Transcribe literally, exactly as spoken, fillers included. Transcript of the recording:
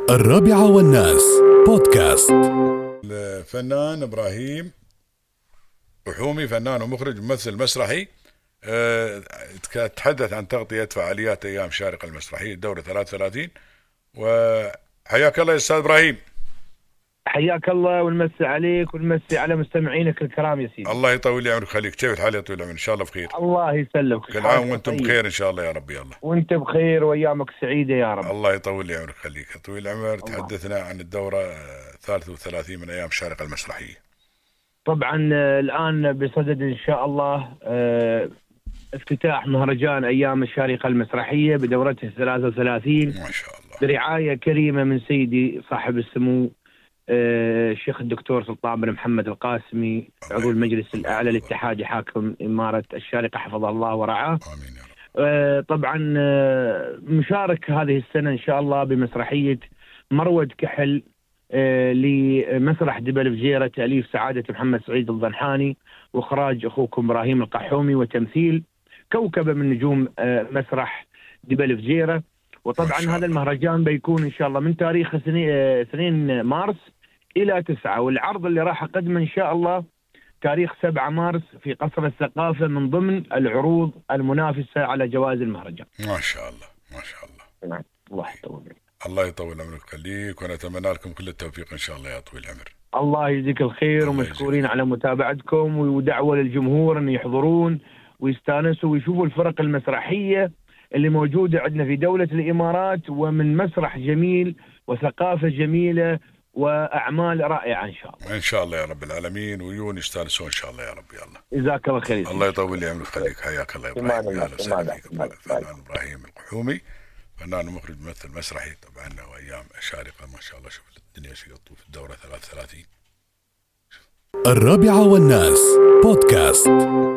الرابعة والناس بودكاست. الفنان إبراهيم القحومي فنان ومخرج ممثل مسرحي. أه تحدث عن تغطية فعاليات أيام الشارقة المسرحية الدورة ثلاثة وثلاثين. وحياك الله يا أستاذ إبراهيم. حياك الله ونمسي عليك ونمسي على مستمعينك الكرام يا سيدي. الله يطول لي عمرك ويخليك. كيف الحال يا طويل العمر؟ إن شاء الله بخير. الله يسلمك. كل عام وأنتم بخير إن شاء الله يا رب. يلا وأنت بخير وأيامك سعيدة يا رب. الله يطول لي عمرك ويخليك. طويل العمر تحدثنا عن الدورة ثلاثة وثلاثين من أيام الشارقة المسرحية. طبعا الآن بصدد إن شاء الله افتتاح مهرجان أيام الشارقة المسرحية بدورته ثلاثة وثلاثين ما شاء الله برعاية كريمة من سيدي صاحب السمو الشيخ الدكتور سلطان بن محمد القاسمي عضو المجلس الأعلى لاتحاد حاكم إمارة الشارقة حفظه الله ورعاه. آمين يا رب. طبعا مشارك هذه السنة إن شاء الله بمسرحية مرود كحل لمسرح دبل فجيرة تأليف سعادة محمد سعيد الضنحاني وإخراج أخوكم إبراهيم القحومي وتمثيل كوكبة من نجوم مسرح دبل فجيرة. وطبعا هذا المهرجان بيكون إن شاء الله من تاريخ اثنين مارس إلى تسعة، والعرض اللي راح أقدمه إن شاء الله تاريخ سبعة مارس في قصر الثقافة من ضمن العروض المنافسة على جوائز المهرجان. ما شاء الله ما شاء الله. نعم الله يطول الله يطول عمرك ويخليك، ونتمنى لكم كل التوفيق إن شاء الله يا طويل العمر. الله يجزيك الخير ومشكورين على متابعتكم، ودعوة للجمهور أن يحضرون ويستانسوا ويشوفوا الفرق المسرحية اللي موجودة عندنا في دولة الإمارات، ومن مسرح جميل وثقافة جميلة وأعمال رائعة إن شاء الله. إن شاء الله يا رب العالمين، ويون يستانسوا إن شاء الله يا رب. يلا جزاك الله خير. الله يطول لي عمرك ويخليك. حياك الله يا إبراهيم. أهلا وسهلا فيك. فنان إبراهيم القحومي فنان ومخرج ممثل مسرحي. طبعا وأيام الشارقة ما شاء الله شوف الدنيا شو يطوف في الدورة ثلاثة وثلاثين. الرابعة والناس بودكاست.